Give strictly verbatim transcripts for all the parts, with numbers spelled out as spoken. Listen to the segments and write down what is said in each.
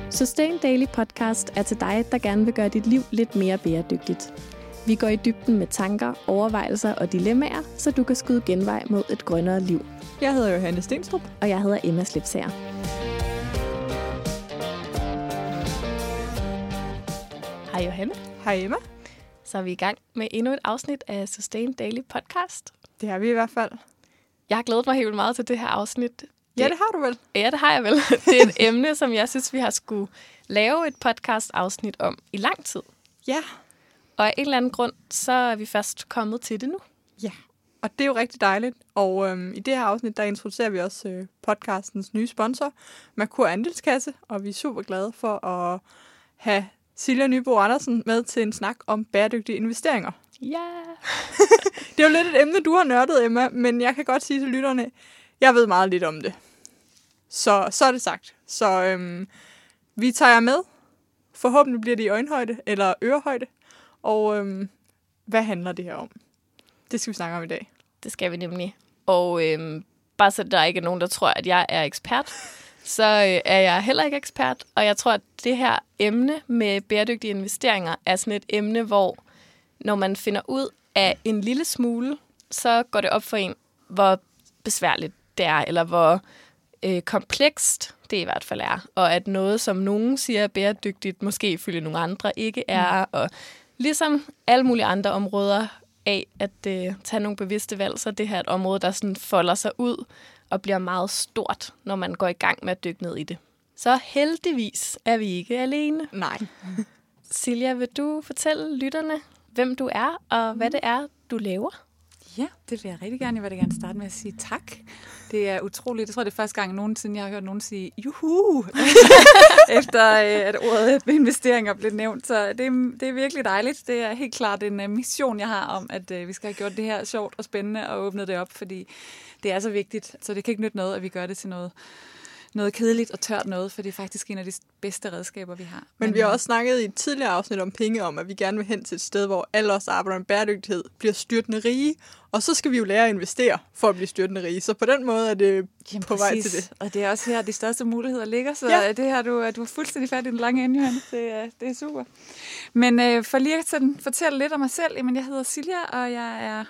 Sustain Daily Podcast er til dig, der gerne vil gøre dit liv lidt mere bæredygtigt. Vi går i dybden med tanker, overvejelser og dilemmaer, så du kan skyde genvej mod et grønnere liv. Jeg hedder Johanne Stenstrup. Og jeg hedder Emma Slipsager. Hej Johanne. Hej Emma. Så er vi i gang med endnu et afsnit af Sustain Daily Podcast. Det har vi i hvert fald. Jeg har glædet mig helt vildt meget til det her afsnit. Ja, det har du vel. Ja, det har jeg vel. Det er et emne, som jeg synes, vi har skulle lave et podcast-afsnit om i lang tid. Ja. Og af en eller anden grund, så er vi først kommet til det nu. Ja, og det er jo rigtig dejligt. Og øhm, i det her afsnit, der introducerer vi også øh, podcastens nye sponsor, Merkur Andelskasse. Og vi er super glade for at have Silja Nybo Andersen med til en snak om bæredygtige investeringer. Ja! Yeah. Det er jo lidt et emne, du har nørdet, Emma, men jeg kan godt sige til lytterne, jeg ved meget lidt om det. Så, så er det sagt. Så øhm, vi tager jer med. Forhåbentlig bliver det i øjenhøjde eller ørehøjde. Og øhm, hvad handler det her om? Det skal vi snakke om i dag. Det skal vi nemlig. Og øhm, bare så der ikke er nogen, der tror, at jeg er ekspert, så øh, er jeg heller ikke ekspert. Og jeg tror, at det her emne med bæredygtige investeringer er sådan et emne, hvor når man finder ud af en lille smule, så går det op for en, hvor besværligt det er, eller hvor øh, komplekst det i hvert fald er. Og at noget, som nogen siger er bæredygtigt, måske ifølge nogle andre ikke er. Mm. Og ligesom alle mulige andre områder af at øh, tage nogle bevidste valg, så det her er et område, der sådan folder sig ud og bliver meget stort, når man går i gang med at dykke ned i det. Så heldigvis er vi ikke alene. Nej. Silja, vil du fortælle lytterne, hvem du er, og hvad det er, du laver? Ja, det vil jeg rigtig gerne. Jeg vil gerne starte med at sige tak. Det er utroligt. Jeg tror, det er første gang nogensinde, jeg har hørt nogen sige juhu, efter at ordet investeringer blev nævnt. Så det er, det er virkelig dejligt. Det er helt klart en mission, jeg har om, at vi skal have gjort det her sjovt og spændende og åbnet det op, fordi det er så vigtigt. Så det kan ikke nytte noget, at vi gør det til noget noget kedeligt og tørt noget, for det er faktisk en af de bedste redskaber, vi har. Men, Men vi har også snakket i et tidligere afsnit om penge, om at vi gerne vil hen til et sted, hvor alle os, der arbejder med bæredygtighed, bliver styrtende rige, og så skal vi jo lære at investere for at blive styrtende rige. Så på den måde er det Jamen, på præcis. vej til det. Og det er også her, de største muligheder ligger, så ja. det her, du, du er fuldstændig færdig i den lange ende, Johanne. Det, det er super. Men øh, for lige at sådan, fortælle lidt om mig selv, jamen, jeg hedder Silja, og jeg er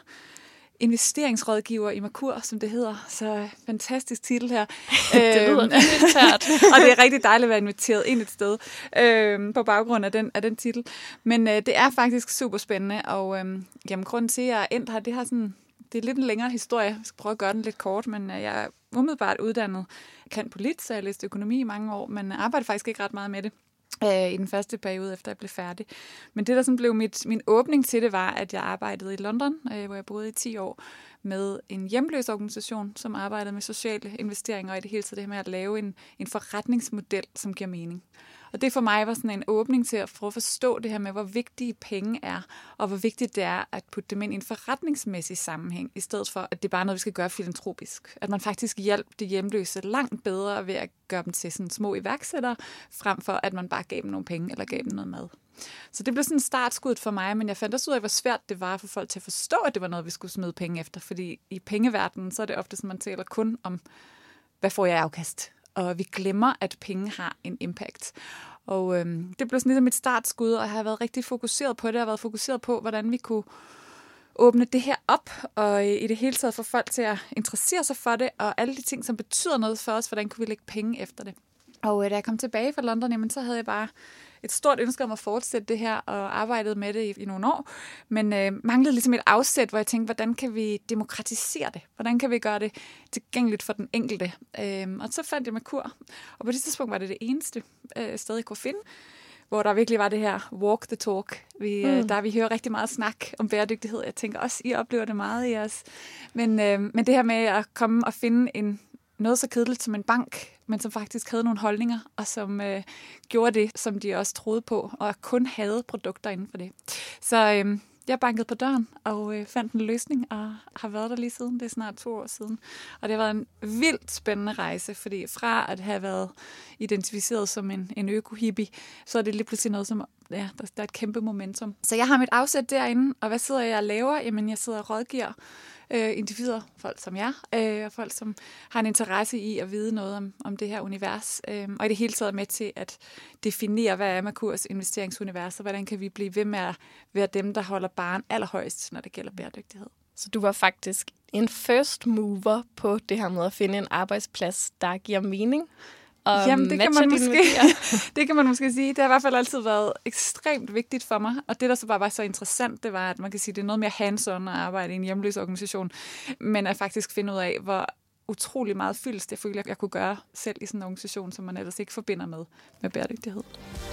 investeringsrådgiver i Merkur, som det hedder. Så fantastisk titel her. Det lyder rigtig tært. Og det er rigtig dejligt at være inviteret ind et sted øh, på baggrund af den, af den titel. Men øh, det er faktisk super spændende, og øh, jamen, grunden til, at jeg er endt her, det, har sådan, det er lidt en længere historie. Jeg skal prøve at gøre den lidt kort, men øh, jeg er umiddelbart uddannet kan polit, så jeg læste økonomi i mange år, men arbejder faktisk ikke ret meget med det i den første periode, efter jeg blev færdig. Men det, der sådan blev mit, min åbning til det, var, at jeg arbejdede i London, øh, hvor jeg boede i ti år, med en hjemløs organisation, som arbejdede med sociale investeringer, og i det hele taget det her med at lave en, en forretningsmodel, som giver mening. Og det for mig var sådan en åbning til at prøve at forstå det her med, hvor vigtige penge er, og hvor vigtigt det er at putte dem ind i en forretningsmæssig sammenhæng, i stedet for, at det er bare noget, vi skal gøre filantropisk. At man faktisk hjælper de hjemløse langt bedre ved at gøre dem til sådan små iværksættere, frem for at man bare gav dem nogle penge eller gav dem noget mad. Så det blev sådan en startskud for mig, men jeg fandt også ud af, hvor svært det var for folk til at forstå, at det var noget, vi skulle smide penge efter. Fordi i pengeverdenen, så er det ofte, som man taler kun om, hvad får jeg afkast? Og vi glemmer, at penge har en impact. Og øhm, det blev sådan ligesom et startskud, og jeg har været rigtig fokuseret på det. Jeg har været fokuseret på, hvordan vi kunne åbne det her op, og i det hele taget få folk til at interessere sig for det, og alle de ting, som betyder noget for os, hvordan kunne vi lægge penge efter det. Og øh, da jeg kom tilbage fra London, jamen, så havde jeg bare et stort ønske om at fortsætte det her, og arbejdede med det i, i nogle år, men øh, manglede ligesom et afsæt, hvor jeg tænkte, hvordan kan vi demokratisere det? Hvordan kan vi gøre det tilgængeligt for den enkelte? Øh, og så fandt jeg Merkur, og på det tidspunkt var det det eneste øh, sted, jeg kunne finde, hvor der virkelig var det her walk the talk. Vi, mm. øh, der vi hører rigtig meget snak om bæredygtighed. Jeg tænker også, I oplever det meget i os. Men, øh, men det her med at komme og finde en noget så kedeligt som en bank, men som faktisk havde nogle holdninger, og som øh, gjorde det, som de også troede på, og kun havde produkter inden for det. Så øh, jeg bankede på døren og øh, fandt en løsning, og har været der lige siden. Det er snart to år siden. Og det har været en vildt spændende rejse, fordi fra at have været identificeret som en, en øko-hippie, så er det lige pludselig noget, som ja, der, der er et kæmpe momentum. Så jeg har mit afsæt derinde, og hvad sidder jeg og laver? Jamen, jeg sidder og rådgiver øh, individer, folk som jer, øh, og folk, som har en interesse i at vide noget om, om det her univers, øh, og i det hele taget med til at definere, hvad er Merkurs investeringsunivers, og hvordan kan vi blive ved med at være dem, der holder barren allerhøjst, når det gælder bæredygtighed. Så du var faktisk en first mover på det her med at finde en arbejdsplads, der giver mening? Og Jamen, det kan, man måske, det kan man måske sige. Det har i hvert fald altid været ekstremt vigtigt for mig. Og det, der så bare var så interessant, det var, at man kan sige, det er noget mere hands-on at arbejde i en hjemløs organisation, men at faktisk finde ud af, hvor utrolig meget fyldest jeg føler, jeg kunne gøre selv i sådan en organisation, som man ellers ikke forbinder med, med bæredygtighed.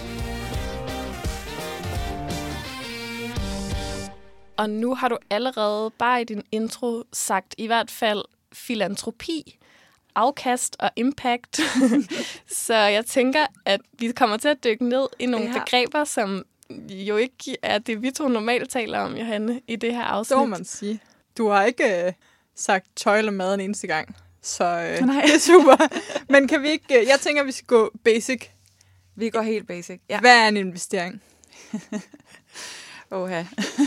Og nu har du allerede bare i din intro sagt i hvert fald filantropi, afkast og impact. Så jeg tænker, at vi kommer til at dykke ned i nogle ja. begreber, som jo ikke er det, vi to normalt taler om, Johanne, i det her afsnit. Det må man sige. Du har ikke øh, sagt tøj eller mad en eneste gang, så øh, Nej. det er super. Men kan vi ikke... Øh, jeg tænker, vi skal gå basic. Vi går helt basic, ja. Hvad er en investering? Oha.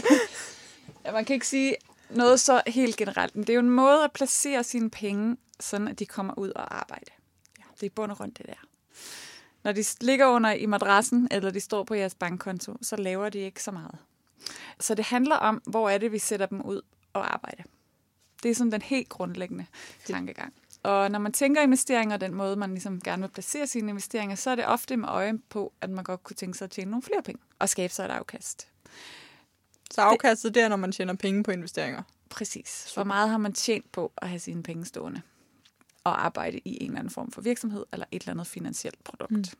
Ja, man kan ikke sige noget så helt generelt, men det er jo en måde at placere sine penge, sådan at de kommer ud og arbejde. Ja, det er bund og grund det der. Når de ligger under i madrassen, eller de står på jeres bankkonto, så laver de ikke så meget. Så det handler om, hvor er det, vi sætter dem ud og arbejde. Det er sådan den helt grundlæggende tankegang. Og når man tænker investeringer, den måde, man ligesom gerne vil placere sine investeringer, så er det ofte med øje på, at man godt kunne tænke sig at tjene nogle flere penge og skabe sig et afkast. Så afkastet det er, når man tjener penge på investeringer? Præcis. Hvor meget har man tjent på at have sine penge stående og arbejde i en eller anden form for virksomhed eller et eller andet finansielt produkt. Mm.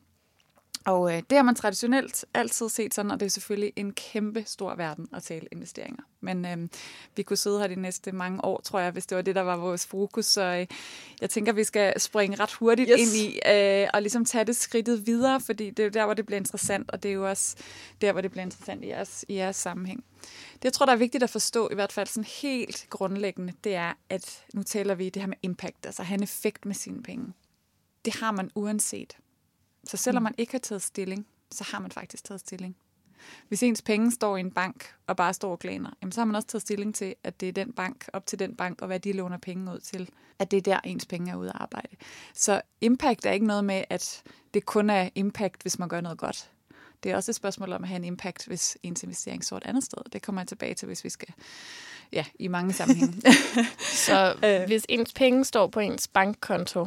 Og øh, det har man traditionelt altid set sådan, og det er selvfølgelig en kæmpe stor verden at tale investeringer. Men øh, vi kunne sidde her de næste mange år, tror jeg, hvis det var det, der var vores fokus. Så øh, jeg tænker, vi skal springe ret hurtigt yes. ind i øh, og ligesom tage det skridtet videre, fordi det er jo der, hvor det bliver interessant, og det er jo også der, hvor det bliver interessant i jeres, i jeres sammenhæng. Det, jeg tror, der er vigtigt at forstå, i hvert fald sådan helt grundlæggende, det er, at nu taler vi det her med impact, altså at have en effekt med sine penge. Det har man uanset. Så selvom man ikke har taget stilling, så har man faktisk taget stilling. Hvis ens penge står i en bank og bare står og glaner, jamen så har man også taget stilling til, at det er den bank, op til den bank, og hvad de låner penge ud til, at det er der, ens penge er ude at arbejde. Så impact er ikke noget med, at det kun er impact, hvis man gør noget godt. Det er også et spørgsmål om at have en impact, hvis ens investering står et andet sted. Det kommer jeg tilbage til, hvis vi skal, ja, i mange sammenhænge. Så øh. hvis ens penge står på ens bankkonto,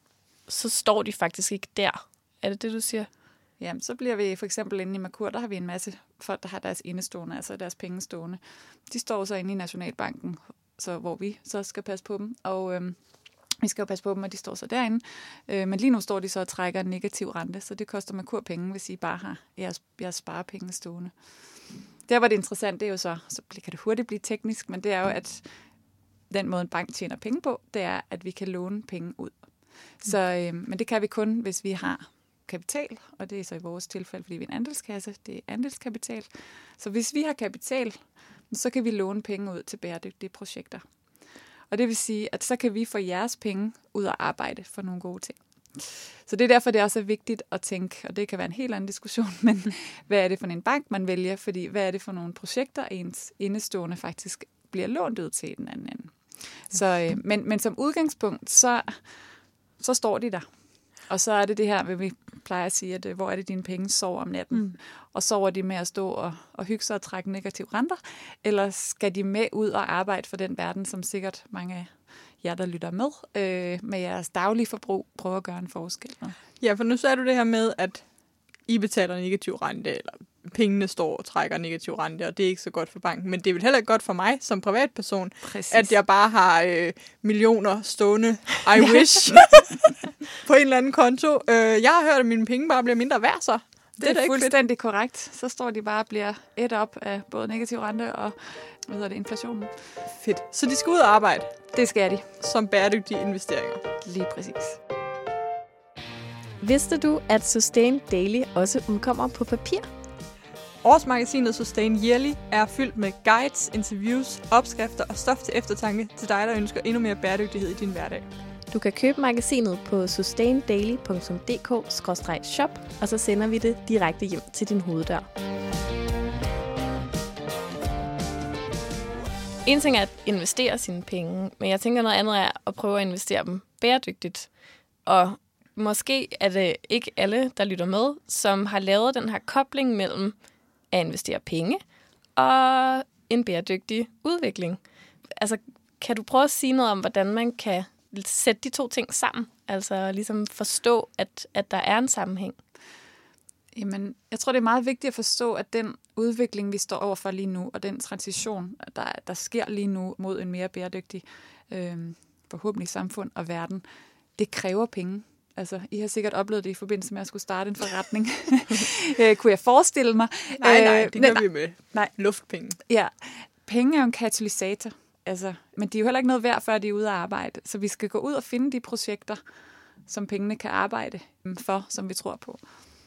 så står de faktisk ikke der. Er det det, du siger? Jamen, så bliver vi for eksempel inde i Merkur, der har vi en masse folk, der har deres indestående, altså deres penge stående. De står så inde i Nationalbanken, så, hvor vi så skal passe på dem, og øhm, vi skal jo passe på dem, og de står så derinde. Øh, men lige nu står de så og trækker en negativ rente, så det koster Merkur penge, hvis I bare har jeres, jeres sparepenge stående. Der var det interessant, det er jo så, så kan det hurtigt blive teknisk, men det er jo, at den måde, en bank tjener penge på, det er, at vi kan låne penge ud. Så, øh, men det kan vi kun, hvis vi har kapital, og det er så i vores tilfælde, fordi vi er en andelskasse, det er andelskapital. Så hvis vi har kapital, så kan vi låne penge ud til bæredygtige projekter. Og det vil sige, at så kan vi få jeres penge ud og arbejde for nogle gode ting. Så det er derfor, det også er vigtigt at tænke, og det kan være en helt anden diskussion, men hvad er det for en bank, man vælger? Fordi hvad er det for nogle projekter, ens indestående faktisk bliver lånt ud til den anden ende? Så, øh, men, men som udgangspunkt, så, så står de der. Og så er det det her, hvor vi plejer at sige, at hvor er det, dine penge sover om natten? Mm. Og sover de med at stå og, og hygge sig og trække negative renter? Eller skal de med ud og arbejde for den verden, som sikkert mange af jer, der lytter med, øh, med jeres daglige forbrug, prøver at gøre en forskel? Ja, for nu sagde du det her med, at I betaler negativ rente, eller pengene står og trækker negativ rente, og det er ikke så godt for banken. Men det er vel heller ikke godt for mig som privatperson, Præcis. At jeg bare har øh, millioner stående, I wish, på en eller anden konto. Øh, jeg har hørt, at mine penge bare bliver mindre værd, så det, det er, er fuldstændig fedt. Korrekt. Så står de bare og bliver et op af både negativ rente og hvad hedder det, inflationen. Fedt. Så de skal ud og arbejde? Det skal de. Som bæredygtige investeringer? Lige præcis. Vidste du, at Sustain Daily også udkommer på papir? Årsmagasinet Sustain Yearly er fyldt med guides, interviews, opskrifter og stof til eftertanke til dig, der ønsker endnu mere bæredygtighed i din hverdag. Du kan købe magasinet på sustaindaily punktum d k skråstreg shop, og så sender vi det direkte hjem til din hoveddør. En ting er at investere sine penge, men jeg tænker noget andet er at prøve at investere dem bæredygtigt. Og måske er det ikke alle, der lytter med, som har lavet den her kobling mellem at investere penge og en bæredygtig udvikling. Altså, kan du prøve at sige noget om, hvordan man kan sætte de to ting sammen? Altså ligesom forstå, at, at der er en sammenhæng. Jamen, jeg tror, det er meget vigtigt at forstå, at den udvikling, vi står overfor lige nu, og den transition, der, der sker lige nu mod en mere bæredygtig, øh, forhåbentlig samfund og verden, det kræver penge. Altså, I har sikkert oplevet det i forbindelse med at skulle starte en forretning. øh, kunne jeg forestille mig? Nej, nej, det gør øh, vi med nej. luftpenge. Ja, penge er jo en katalysator. Altså, men de er jo heller ikke noget værd, før de er ude at arbejde. Så vi skal gå ud og finde de projekter, som pengene kan arbejde for, som vi tror på.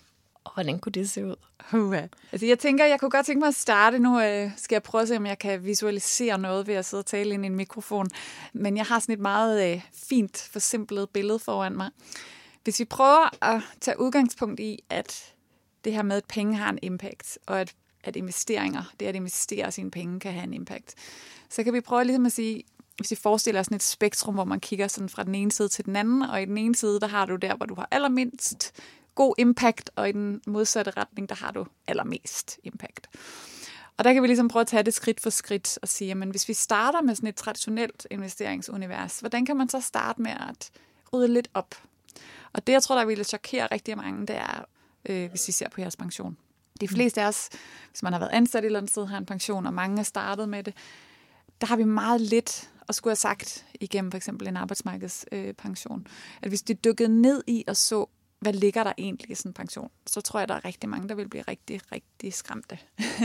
Og hvordan kunne det se ud? Uh, altså, jeg tænker, jeg kunne godt tænke mig at starte. Nu øh, skal jeg prøve at se, om jeg kan visualisere noget ved at sidde og tale ind i en mikrofon. Men jeg har sådan et meget øh, fint, forsimplet billede foran mig. Hvis vi prøver at tage udgangspunkt i, at det her med, at penge har en impact, og at, at investeringer, det at investere sine penge, kan have en impact, så kan vi prøve ligesom at sige, hvis vi forestiller os sådan et spektrum, hvor man kigger sådan fra den ene side til den anden, og i den ene side, der har du der, hvor du har allermindst god impact, og i den modsatte retning, der har du allermest impact. Og der kan vi ligesom prøve at tage det skridt for skridt og sige, jamen hvis vi starter med sådan et traditionelt investeringsunivers, hvordan kan man så starte med at rydde lidt op? Og det, jeg tror, der ville chokere rigtig mange, det er, øh, hvis vi ser på jeres pension. De fleste af os, hvis man har været ansat et eller andet sted, har en pension, og mange er startet med det, der har vi meget lidt at skulle have sagt igennem for eksempel en arbejdsmarkedspension. Øh, at hvis de dykkede ned i og så, hvad ligger der egentlig i sådan en pension, så tror jeg, der er rigtig mange, der vil blive rigtig, rigtig skræmte.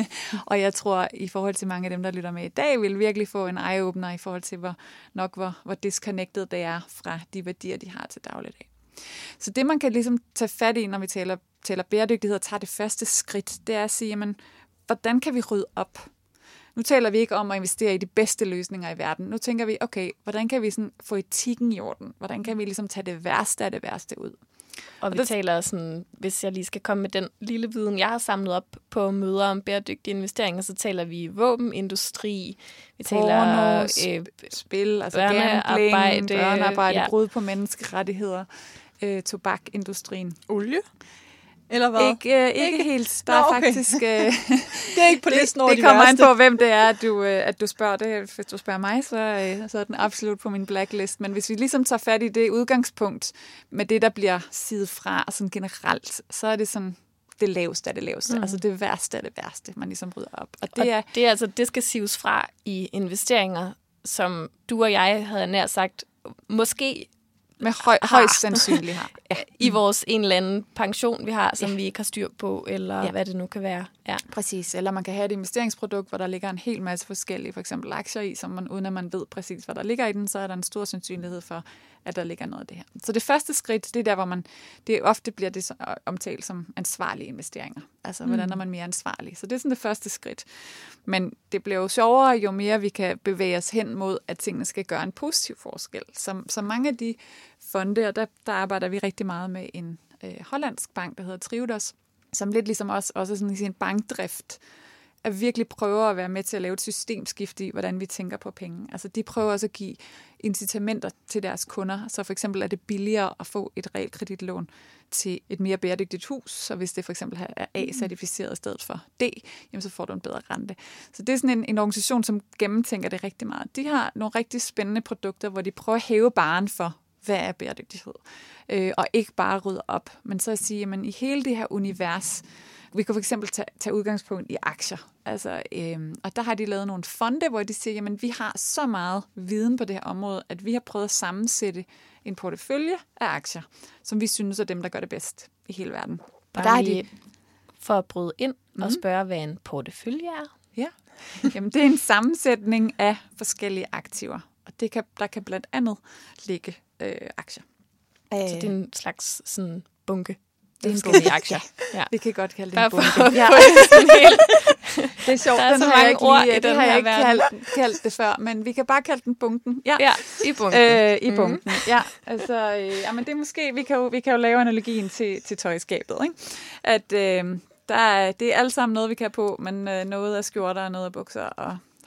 Og jeg tror, i forhold til mange af dem, der lytter med i dag, vil virkelig få en eye-opener i forhold til, hvor nok hvor, hvor disconnected det er fra de værdier, de har til dagligdag. Så det, man kan ligesom tage fat i, når vi taler, taler bæredygtighed og tager det første skridt, det er at sige, jamen, hvordan kan vi rydde op? Nu taler vi ikke om at investere i de bedste løsninger i verden. Nu tænker vi, okay, hvordan kan vi sådan få etikken i orden? Hvordan kan vi ligesom tage det værste af det værste ud? Og vi og det... taler sådan, hvis jeg lige skal komme med den lille viden, jeg har samlet op på møder om bæredygtige investeringer, så taler vi våbenindustri, vi taler øh, spil, altså børnearbejde, gambling, børnearbejde, ja. Brud på menneskerettigheder, øh, tobakindustrien. Olie? Eller hvad? Ikke, øh, ikke helt. Der er Nå, okay. faktisk... Øh, det er ikke på listen over det, de det kommer værste. an på, hvem det er, at du, øh, at du spørger. Det, hvis du spørger mig, så, øh, så er den absolut på min blacklist. Men hvis vi ligesom tager fat i det udgangspunkt med det, der bliver sidet fra sådan generelt, så er det sådan det laveste af det laveste. Mm. Altså det værste af det værste, man ligesom rydder op. Og det, og er, det, er altså, det skal sives fra i investeringer, som du og jeg havde nær sagt, måske... Med høj, højst sandsynligt har. Ja. I vores en eller anden pension, vi har, som ja. vi ikke har styr på, eller ja. hvad det nu kan være. Ja. Præcis. Eller man kan have et investeringsprodukt, hvor der ligger en hel masse forskellige, for eksempel aktier i, som man, uden at man ved præcis, hvad der ligger i den, så er der en stor sandsynlighed for, at der ligger noget af det her. Så det første skridt, det er der, hvor man, det ofte bliver det omtalt som ansvarlige investeringer. Altså, mm. hvordan er man mere ansvarlig? Så det er sådan det første skridt. Men det bliver jo sjovere, jo mere vi kan bevæge os hen mod, at tingene skal gøre en positiv forskel. Så, så mange af de fonde, og der, der arbejder vi rigtig meget med en øh, hollandsk bank, der hedder Triodos, som lidt ligesom os, også sådan i sin bankdrift, at virkelig prøver at være med til at lave et systemskift i, hvordan vi tænker på penge. Altså de prøver også at give incitamenter til deres kunder, så for eksempel er det billigere at få et realkreditlån til et mere bæredygtigt hus, så hvis det for eksempel er A-certificeret i stedet for D, jamen så får du en bedre rente. Så det er sådan en, en organisation, som gennemtænker det rigtig meget. De har nogle rigtig spændende produkter, hvor de prøver at hæve barren for, hvad er bæredygtighed? Øh, og ikke bare rydde op, men så at sige, at i hele det her univers, vi kan for eksempel tage, tage udgangspunkt i aktier. Altså, øhm, og der har de lavet nogle fonde, hvor de siger, at vi har så meget viden på det her område, at vi har prøvet at sammensætte en portefølje af aktier, som vi synes er dem, der gør det bedst i hele verden. Og der er de for at bryde ind mm. og spørge, hvad en portefølje er. Ja, jamen det er en sammensætning af forskellige aktiver, og det kan, der kan blandt andet ligge øh, aktier. Så det er en slags sådan bunke. Det er en bunke aktier. Ja. Vi kan godt kalde det en bunke. Ja. Det er sjovt, der er den så har mange jeg ikke, ord lige, i det den har her jeg ikke verden. kaldt, kaldt det før, men vi kan bare kalde den bunken. Ja, ja i bunken. Øh, I bunken, mm. ja. Altså, øh, ja, men det er måske, vi kan jo, vi kan jo lave analogien til, til tøjskabet, ikke? At øh, der er, det er alt sammen noget, vi kan på, men øh, noget af skjorter og noget af bukser og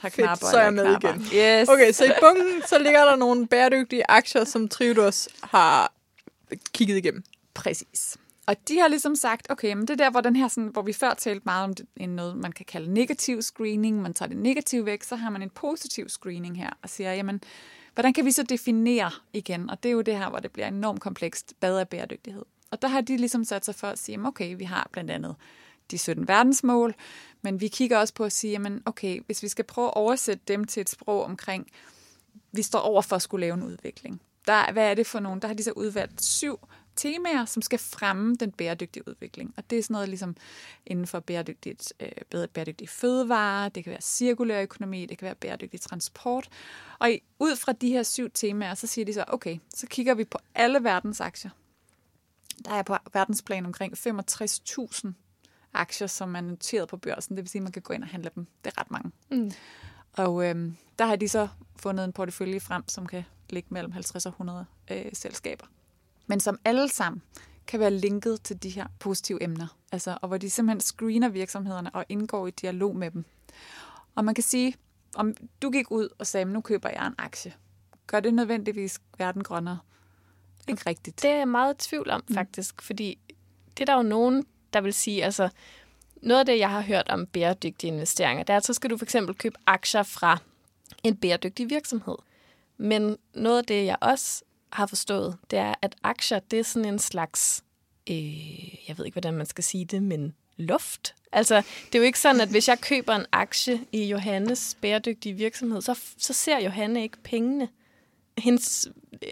har Fedt, knapper. så er jeg eller med knapper. igen. Yes. Okay, så i bunken, så ligger der nogle bæredygtige aktier, som Triodos har kigget igennem. Præcis. Og de har ligesom sagt, okay, men det er der, hvor, den her, sådan, hvor vi før talte meget om det, en noget, man kan kalde negativ screening. Man tager det negative væk, så har man en positiv screening her, og siger, jamen, hvordan kan vi så definere igen? Og det er jo det her, hvor det bliver enormt komplekst, hvad er bæredygtighed? Og der har de ligesom sat sig for at sige, okay, vi har blandt andet de sytten verdensmål, men vi kigger også på at sige, jamen, okay, hvis vi skal prøve at oversætte dem til et sprog omkring, vi står over for at skulle lave en udvikling. Der, hvad er det for nogen? Der har de så udvalgt syv temaer, som skal fremme den bæredygtige udvikling. Og det er sådan noget ligesom inden for bæredygtigt, øh, bæredygtige fødevarer, det kan være cirkulær økonomi, det kan være bæredygtig transport. Og i, ud fra de her syv temaer, så siger de så, okay, så kigger vi på alle verdens aktier. Der er på verdensplan omkring femogtres tusind aktier, som er noteret på børsen. Det vil sige, at man kan gå ind og handle dem. Det er ret mange. Mm. Og øhm, der har de så fundet en portefølje frem, som kan ligge mellem halvtreds og hundrede øh, selskaber. Men som alle sammen kan være linket til de her positive emner. Altså, og hvor de simpelthen screener virksomhederne og indgår i dialog med dem. Og man kan sige, om du gik ud og sagde, nu køber jeg en aktie. Gør det nødvendigvis verden grønnere? Ikke rigtigt. Det er jeg meget i tvivl om, faktisk. Mm. Fordi det er der jo nogen, der vil sige, altså noget af det, jeg har hørt om bæredygtige investeringer, det er, at så skal du for eksempel købe aktier fra en bæredygtig virksomhed. Men noget af det, jeg også har forstået, det er, at aktier, det er sådan en slags, øh, jeg ved ikke, hvordan man skal sige det, men luft. Altså, det er jo ikke sådan, at hvis jeg køber en aktie i Johannes bæredygtige virksomhed, så, så ser Johanne ikke pengene. Hendes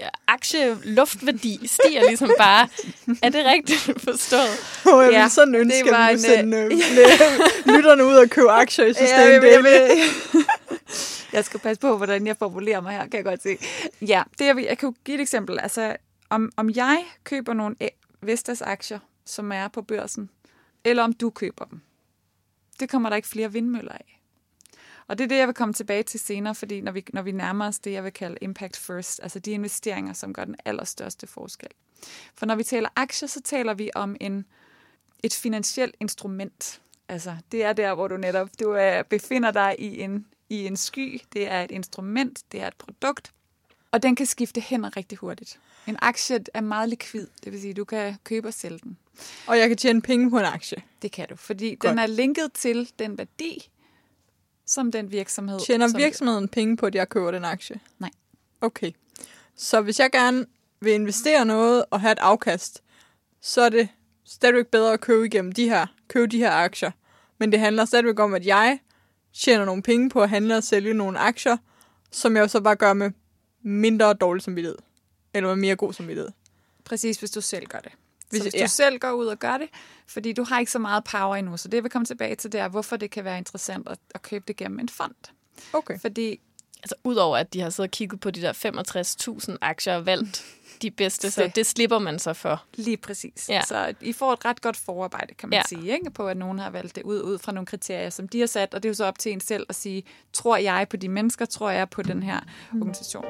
aktieluftværdi stiger ligesom bare. Er det rigtigt forstået? Oh, jeg ja, vil sådan ønske, at vi en, kunne sende øh, lytterne ud og købe aktier i systemet. Ja, jeg, jeg, jeg skal passe på, hvordan jeg formulerer mig her, kan jeg godt se. Ja, det jeg, jeg kan give et eksempel. Altså, om, om jeg køber nogle Vestas aktier, som er på børsen, eller om du køber dem, det kommer der ikke flere vindmøller af. Og det er det, jeg vil komme tilbage til senere, fordi når vi, når vi nærmer os det, jeg vil kalde impact first, altså de investeringer, som gør den allerstørste forskel. For når vi taler aktier, så taler vi om en, et finansielt instrument. Altså, det er der, hvor du netop du er, befinder dig i en, i en sky. Det er et instrument, det er et produkt, og den kan skifte hænder rigtig hurtigt. En aktie er meget likvid, det vil sige, du kan købe og sælge den. Og jeg kan tjene penge på en aktie. Det kan du, fordi Godt. Den er linket til den værdi, som den virksomhed... Tjener som virksomheden penge på, at jeg køber den aktie? Nej. Okay. Så hvis jeg gerne vil investere noget og have et afkast, så er det stadigvæk bedre at købe igennem de her, købe de her aktier. Men det handler stadigvæk om, at jeg tjener nogle penge på at handle og sælge nogle aktier, som jeg så bare gør med mindre dårlig samvittighed. Eller med mere god samvittighed. Præcis, hvis du selv gør det. Hvis, så hvis ja. du selv går ud og gør det, fordi du har ikke så meget power endnu, så det vil komme tilbage til der, hvorfor det kan være interessant at, at købe det gennem en fond. Okay. Fordi, altså udover at de har siddet og kigget på de der femogtres tusind aktier og valgt de bedste, så det slipper man så for. Lige præcis. Ja. Så I får et ret godt forarbejde, kan man ja. sige, ikke? På at nogen har valgt det ud, ud fra nogle kriterier, som de har sat, og det er jo så op til en selv at sige, tror jeg på de mennesker, tror jeg på den her mm. organisation.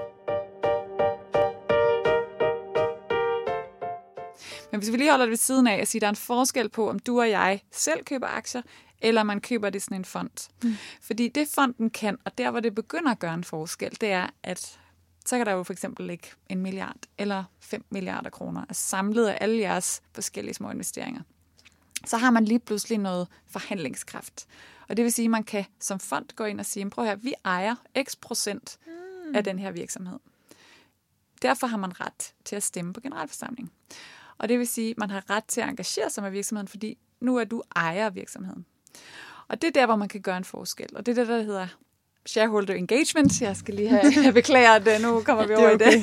Men hvis vi lige holder det ved siden af og siger, at der er en forskel på, om du og jeg selv køber aktier, eller man køber det sådan en fond. Mm. Fordi det fonden kan, og der hvor det begynder at gøre en forskel, det er, at så kan der jo for eksempel ligge en milliard eller fem milliarder kroner altså samlet af alle jeres forskellige små investeringer. Så har man lige pludselig noget forhandlingskraft. Og det vil sige, at man kan som fond gå ind og sige, prøv her, vi ejer x procent mm. af den her virksomhed. Derfor har man ret til at stemme på generalforsamling. Og det vil sige, at man har ret til at engagere sig med virksomheden, fordi nu er du ejer af virksomheden. Og det er der, hvor man kan gøre en forskel. Og det er det, der hedder shareholder engagement. Jeg skal lige have, jeg beklager, at nu kommer vi over okay. i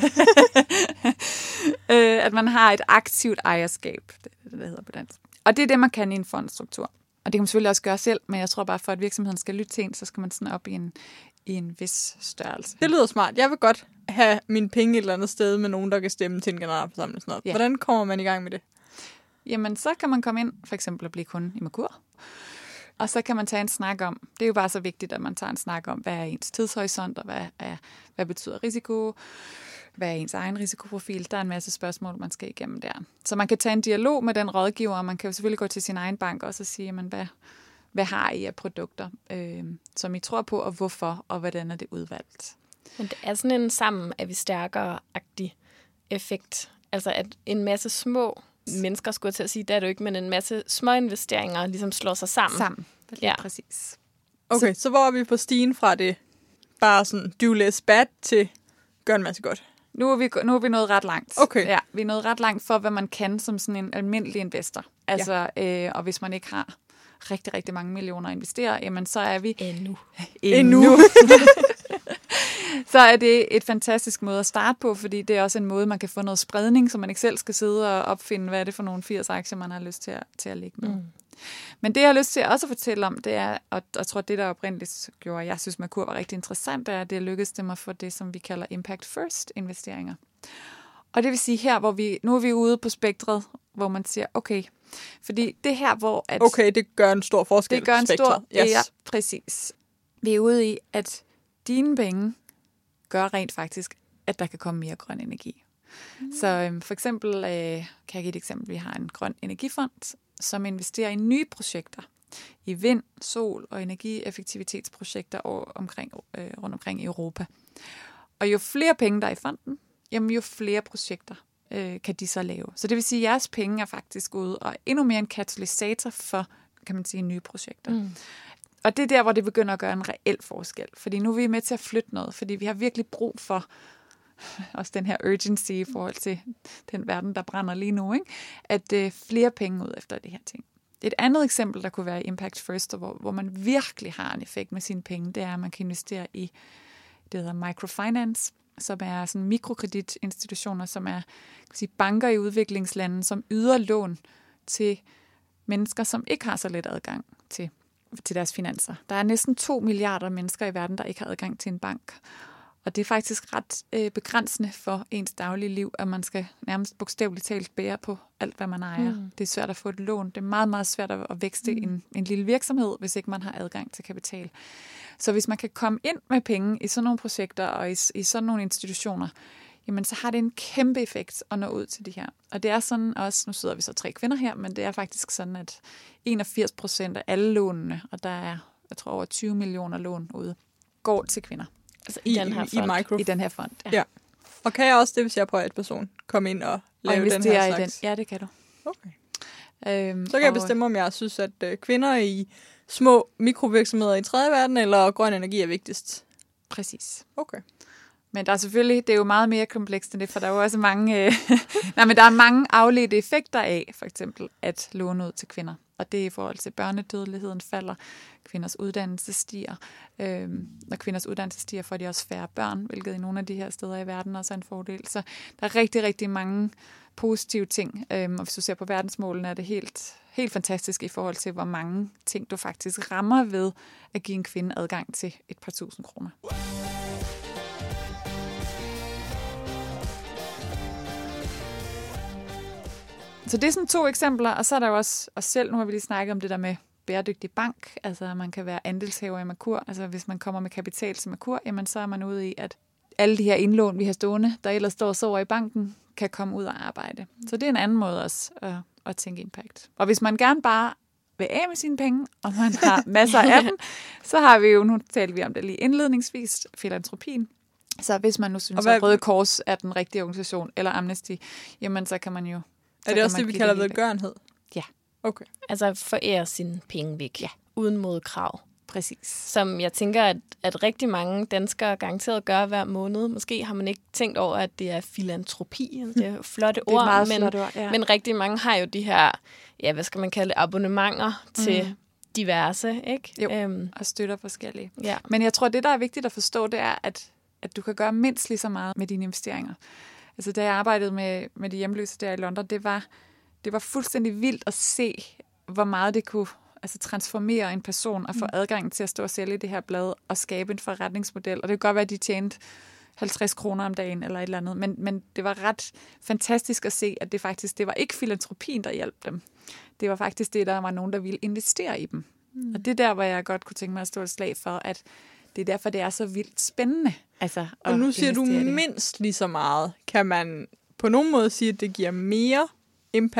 det. At man har et aktivt ejerskab. Det er det, der hedder på dansk. Og det er det, man kan i en fondstruktur. Og det kan man selvfølgelig også gøre selv, men jeg tror bare, for at virksomheden skal lytte til en, så skal man sådan op i en, i en vis størrelse. Det lyder smart. Jeg vil godt have mine penge et eller andet sted med nogen, der kan stemme til en generalforsamling. Sådan noget. Ja. Hvordan kommer man i gang med det? Jamen, så kan man komme ind, for eksempel at blive kunde i Merkur. Og så kan man tage en snak om, det er jo bare så vigtigt, at man tager en snak om, hvad er ens tidshorisont, og hvad, er, hvad betyder risiko, hvad er ens egen risikoprofil. Der er en masse spørgsmål, man skal igennem der. Så man kan tage en dialog med den rådgiver, og man kan jo selvfølgelig gå til sin egen bank også og sige, jamen, hvad, hvad har I af produkter, øh, som I tror på, og hvorfor, og hvordan er det udvalgt. Men det er sådan en sammen, at vi stærkere-agtig effekt. Altså at en masse små mennesker, skulle jeg til at sige, det er det jo ikke, men en masse små investeringer ligesom slår sig sammen. Sammen, ja. Præcis. Okay, så, så hvor er vi på stigen fra det bare sådan do less bad til gør en masse godt? Nu er vi, nu er vi nået ret langt. Okay. Ja, vi er nået ret langt for, hvad man kan som sådan en almindelig investor. Altså, ja. øh, og hvis man ikke har rigtig, rigtig mange millioner at investere, jamen så er vi... Endnu. Endnu. Så er det et fantastisk måde at starte på, fordi det er også en måde, man kan få noget spredning, så man ikke selv skal sidde og opfinde, hvad er det for nogle firs aktier, man har lyst til at, til at lægge med. Mm. Men det, jeg har lyst til også at fortælle om, det er, og jeg tror, det der oprindeligt gjorde, at jeg synes, Merkur var rigtig interessant, det er, at det lykkedes dem at få det, som vi kalder Impact First investeringer. Og det vil sige her, hvor vi, nu er vi ude på spektret, hvor man siger, okay, fordi det her, hvor... At okay, det gør en stor forskel. Det gør en spektret. stor... Yes. Ja, præcis. Vi er ude i, at dine penge gør rent faktisk, at der kan komme mere grøn energi. Mm. Så øhm, for eksempel, øh, kan jeg give et eksempel, vi har en grøn energifond, som investerer i nye projekter, i vind, sol og energieffektivitetsprojekter over, omkring, øh, rundt omkring i Europa. Og jo flere penge, der er i fonden, jamen jo flere projekter øh, kan de så lave. Så det vil sige, at jeres penge er faktisk ude og er endnu mere en katalysator for, kan man sige, nye projekter. Mm. Og det er der, hvor det begynder at gøre en reel forskel. Fordi nu er vi med til at flytte noget, fordi vi har virkelig brug for også den her urgency i forhold til den verden, der brænder lige nu, ikke? At øh, flere penge ud efter det her ting. Et andet eksempel, der kunne være Impact First, hvor, hvor man virkelig har en effekt med sine penge, det er, at man kan investere i det hedder microfinance, som er sådan mikrokreditinstitutioner, som er kan sige, banker i udviklingslande, som yder lån til mennesker, som ikke har så let adgang til, til deres finanser. Der er næsten to milliarder mennesker i verden, der ikke har adgang til en bank. Og det er faktisk ret øh, begrænsende for ens daglige liv, at man skal nærmest bogstaveligt talt bære på alt, hvad man ejer. Mm. Det er svært at få et lån. Det er meget, meget svært at vækste mm. en, en lille virksomhed, hvis ikke man har adgang til kapital. Så hvis man kan komme ind med penge i sådan nogle projekter og i, i sådan nogle institutioner, jamen så har det en kæmpe effekt at nå ud til de her. Og det er sådan også, nu sidder vi så tre kvinder her, men det er faktisk sådan, at enogfirs procent af alle lånene, og der er, jeg tror, over tyve millioner lån ude, går til kvinder. Altså i, I den her fond. I, micro. I den her fond, ja. ja. Og kan jeg også, det hvis jeg er privatperson, komme ind og lave og den her slags? Den. Ja, det kan du. Okay. Øhm, så kan jeg bestemme, om jeg synes, at øh, kvinder i små mikrovirksomheder i tredje verden, eller grøn energi er vigtigst. Præcis. Okay. Men der er selvfølgelig, det er jo meget mere komplekst end det, for der er jo også mange, øh, nej, men der er mange afledte effekter af, for eksempel at låne ud til kvinder. Og det er i forhold til børnedødeligheden falder, kvinders uddannelse stiger. Øhm, når kvinders uddannelse stiger, får de også færre børn, hvilket i nogle af de her steder i verden også er en fordel. Så der er rigtig, rigtig mange positive ting. Øhm, og hvis du ser på verdensmålene, er det helt, helt fantastisk i forhold til, hvor mange ting du faktisk rammer ved at give en kvinde adgang til et par tusind kroner. Så det er sådan to eksempler, og så er der jo også os selv, nu har vi lige snakket om det der med bæredygtig bank, altså man kan være andelshaver i Merkur, altså hvis man kommer med kapital til Merkur, jamen så er man ude i, at alle de her indlån, vi har stående, der ellers står og sover i banken, kan komme ud og arbejde. Så det er en anden måde også at, at tænke impact. Og hvis man gerne bare vil af med sine penge, og man har masser af dem, så har vi jo, nu talte vi om det lige indledningsvis, filantropien. Så hvis man nu synes, hvad, at Røde Kors er den rigtige organisation, eller Amnesty, jamen så kan man jo... Er det også det, vi kalder velgørenhed? Ja. Okay. Altså forære sine penge væk, ja. Uden modkrav. Præcis. Som jeg tænker, at, at rigtig mange danskere garanteret gør hver måned. Måske har man ikke tænkt over, at det er filantropi. Det er flotte ord, det er meget men, flotte ord, ja. Men rigtig mange har jo de her, ja, hvad skal man kalde det, abonnementer mm. til diverse, ikke? Jo, øhm. og støtter forskellige. Ja. Men jeg tror, det, der er vigtigt at forstå, det er, at, at du kan gøre mindst lige så meget med dine investeringer. Altså, da jeg arbejdede med, med de hjemløse der i London, det var, det var fuldstændig vildt at se, hvor meget det kunne altså, transformere en person og få adgang til at stå og sælge det her blad og skabe en forretningsmodel. Og det kan godt være, at de tjente halvtreds kroner om dagen eller et eller andet, men, men det var ret fantastisk at se, at det faktisk, det var ikke filantropien, der hjalp dem. Det var faktisk det, der var nogen, der ville investere i dem. Mm. Og det er der, hvor jeg godt kunne tænke mig at stå et slag for, at det er derfor, det er så vildt spændende. Altså, og nu siger du mindst lige så meget. Kan man på nogen måde sige, at det giver mere impact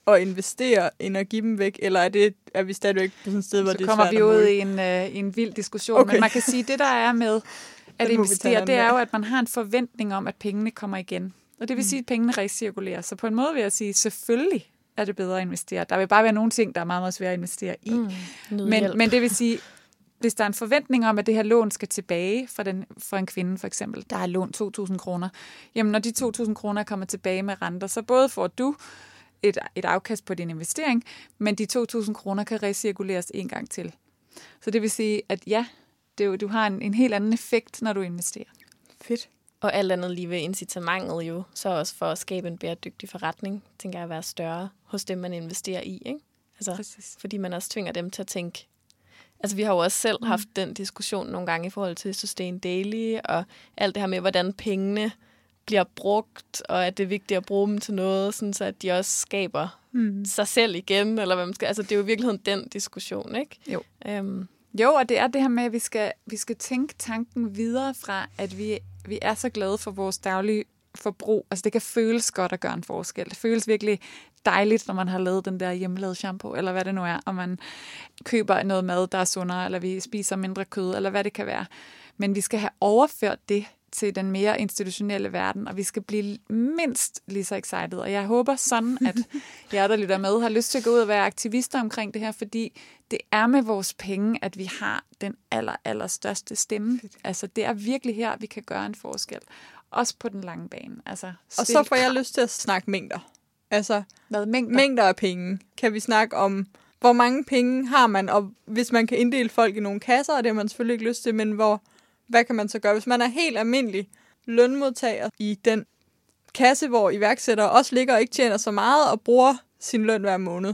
at investere, end at give dem væk? Eller er, det, er vi stadigvæk på sådan et sted, hvor Så det er kommer svært vi at ud måle? i en, øh, i en vild diskussion. Okay. Men man kan sige, at det, der er med at Den må vi tage investere, en det er anden jo, dag. at man har en forventning om, at pengene kommer igen. Og det vil sige, at pengene recirkulerer. Så på en måde vil jeg sige, selvfølgelig er det bedre at investere. Der vil bare være nogle ting, der er meget, meget svære at investere i. Mm, men, men det vil sige, hvis der er en forventning om, at det her lån skal tilbage fra, den, fra en kvinde for eksempel, der har lånt to tusind kroner, jamen når de to tusind kroner kommer tilbage med renter, så både får du et, et afkast på din investering, men de to tusind kroner kan recirkuleres en gang til. Så det vil sige, at ja, det er jo, du har en, en helt anden effekt, når du investerer. Fedt. Og alt andet lige ved incitamentet jo, så også for at skabe en bæredygtig forretning, tænker jeg at være større hos dem, man investerer i, ikke? Altså, Præcis. fordi man også tvinger dem til at tænke. Altså, vi har jo også selv mm. haft den diskussion nogle gange i forhold til Sustain Daily, og alt det her med, hvordan pengene bliver brugt, og at det er vigtigt at bruge dem til noget, sådan så at de også skaber mm. sig selv igen, eller hvad man skal. Altså, det er jo i virkeligheden den diskussion, ikke? Jo. Øhm. Jo, og det er det her med, at vi skal, vi skal tænke tanken videre fra, at vi, vi er så glade for vores daglige forbrug. Altså, det kan føles godt at gøre en forskel. Det føles virkelig dejligt, når man har lavet den der hjemmelavede shampoo, eller hvad det nu er, og man køber noget mad, der er sundere, eller vi spiser mindre kød, eller hvad det kan være. Men vi skal have overført det til den mere institutionelle verden, og vi skal blive mindst lige så excited. Og jeg håber sådan, at jer, der lytter med, har lyst til at gå ud og være aktivister omkring det her, fordi det er med vores penge, at vi har den aller, aller største stemme. Altså, det er virkelig her, vi kan gøre en forskel. Også på den lange bane. Altså, og så får jeg lyst til at snakke mængder. Altså, hvad, mængder? mængder af penge. Kan vi snakke om, hvor mange penge har man, og hvis man kan inddele folk i nogle kasser, og det har man selvfølgelig ikke lyst til, men hvor, hvad kan man så gøre? Hvis man er helt almindelig lønmodtager i den kasse, hvor iværksættere også ligger og ikke tjener så meget, og bruger sin løn hver måned,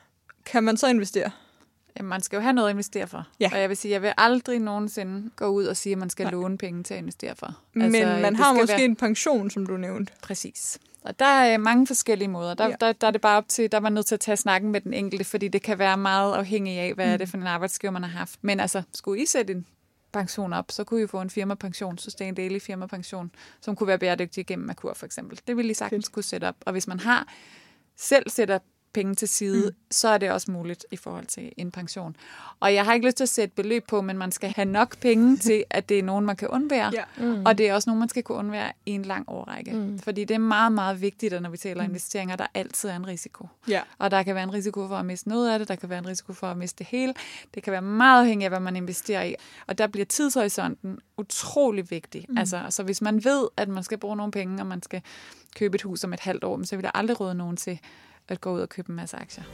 kan man så investere? Jamen, man skal jo have noget at investere for. Ja. Og jeg vil sige, jeg vil aldrig nogensinde gå ud og sige, at man skal Nej. låne penge til at investere for. Men altså, man har måske være... en pension, som du nævnte. Præcis. Og der er mange forskellige måder. Der, ja. der, der er det bare op til, der er man nødt til at tage snakken med den enkelte, fordi det kan være meget afhængigt af, hvad mm. er det for en arbejdsgiver, man har haft. Men altså, skulle I sætte en pension op, så kunne I få en firmapension, Sustain Daily firmapension, som kunne være bæredygtig gennem Merkur for eksempel. Det ville I sagtens kunne sætte op. Og hvis man har selv sætter penge til side, mm. så er det også muligt i forhold til en pension. Og jeg har ikke lyst til at sætte beløb på, men man skal have nok penge til, at det er nogen, man kan undvære. Ja. Mm. Og det er også nogen, man skal kunne undvære i en lang årrække. Mm. Fordi det er meget, meget vigtigt, at når vi taler mm. investeringer, der altid er en risiko. Ja. Og der kan være en risiko for at miste noget af det, der kan være en risiko for at miste det hele. Det kan være meget afhængigt af, hvad man investerer i. Og der bliver tidshorisonten utrolig vigtig. Mm. Altså, så hvis man ved, at man skal bruge nogle penge, og man skal købe et hus om et halvt år, så vil der aldrig råde nogen til at gå ud og købe en masse aktier.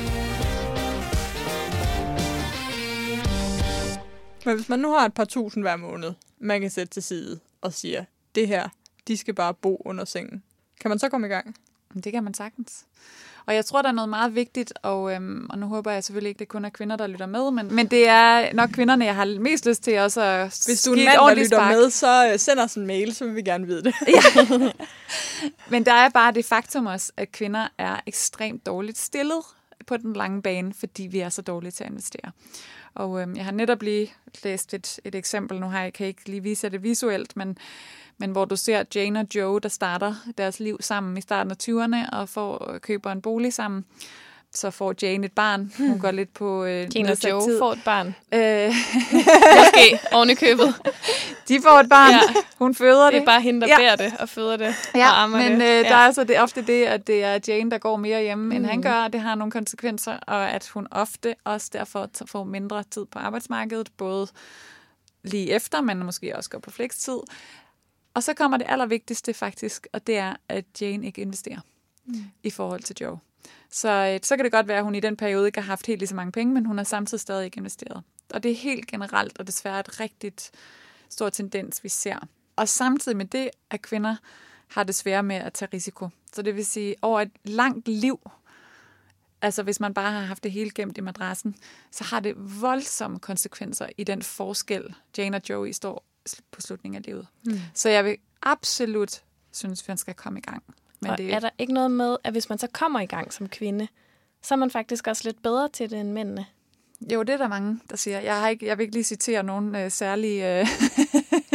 Men hvis man nu har et par tusind hver måned, man kan sætte til side og siger, det her, de skal bare bo under sengen. Kan man så komme i gang? Det kan man sagtens. Og jeg tror, der er noget meget vigtigt, og, øhm, og nu håber jeg selvfølgelig ikke, det kun er kvinder, der lytter med, men, men det er nok kvinderne, jeg har mest lyst til også at Hvis du er en mand, der lytter spark. med, så uh, send os en mail, så vil vi gerne vide det. Ja. Men der er bare det faktum også, at kvinder er ekstremt dårligt stillet på den lange bane, fordi vi er så dårlige til at investere. Og øhm, jeg har netop lige læst et, et eksempel, nu har jeg, kan jeg ikke lige vise det visuelt, men Men hvor du ser Jane og Joe, der starter deres liv sammen i starten af tyverne og får, køber en bolig sammen. Så får Jane et barn. Hun hmm. går lidt på øh, Jane og Joe tid. får et barn. Øh. Måske oven i købet. De får et barn. Ja. Hun føder det. Det er bare hende, der ja. bærer det og føder det ja, og ammer men, det. Men øh, ja. der er altså det, ofte det, at det er Jane, der går mere hjemme, mm. end han gør. Det har nogle konsekvenser, og at hun ofte også derfor får mindre tid på arbejdsmarkedet, både lige efter, men måske også går på flekstid. Og så kommer det allervigtigste faktisk, og det er, at Jane ikke investerer mm. i forhold til Joe. Så, så kan det godt være, at hun i den periode ikke har haft helt lige så mange penge, men hun har samtidig stadig ikke investeret. Og det er helt generelt, og desværre et rigtigt stor tendens, vi ser. Og samtidig med det, at kvinder har det svære med at tage risiko. Så det vil sige, over et langt liv, altså hvis man bare har haft det hele gemt i madrassen, så har det voldsomme konsekvenser i den forskel, Jane og Joey står på slutningen af livet. Mm. Så jeg vil absolut synes, at man skal komme i gang. Men og det... er der ikke noget med, at hvis man så kommer i gang som kvinde, så er man faktisk også lidt bedre til det end mændene? Jo, det er der mange, der siger. Jeg, har ikke, jeg vil ikke lige citere nogen øh, særlige... Øh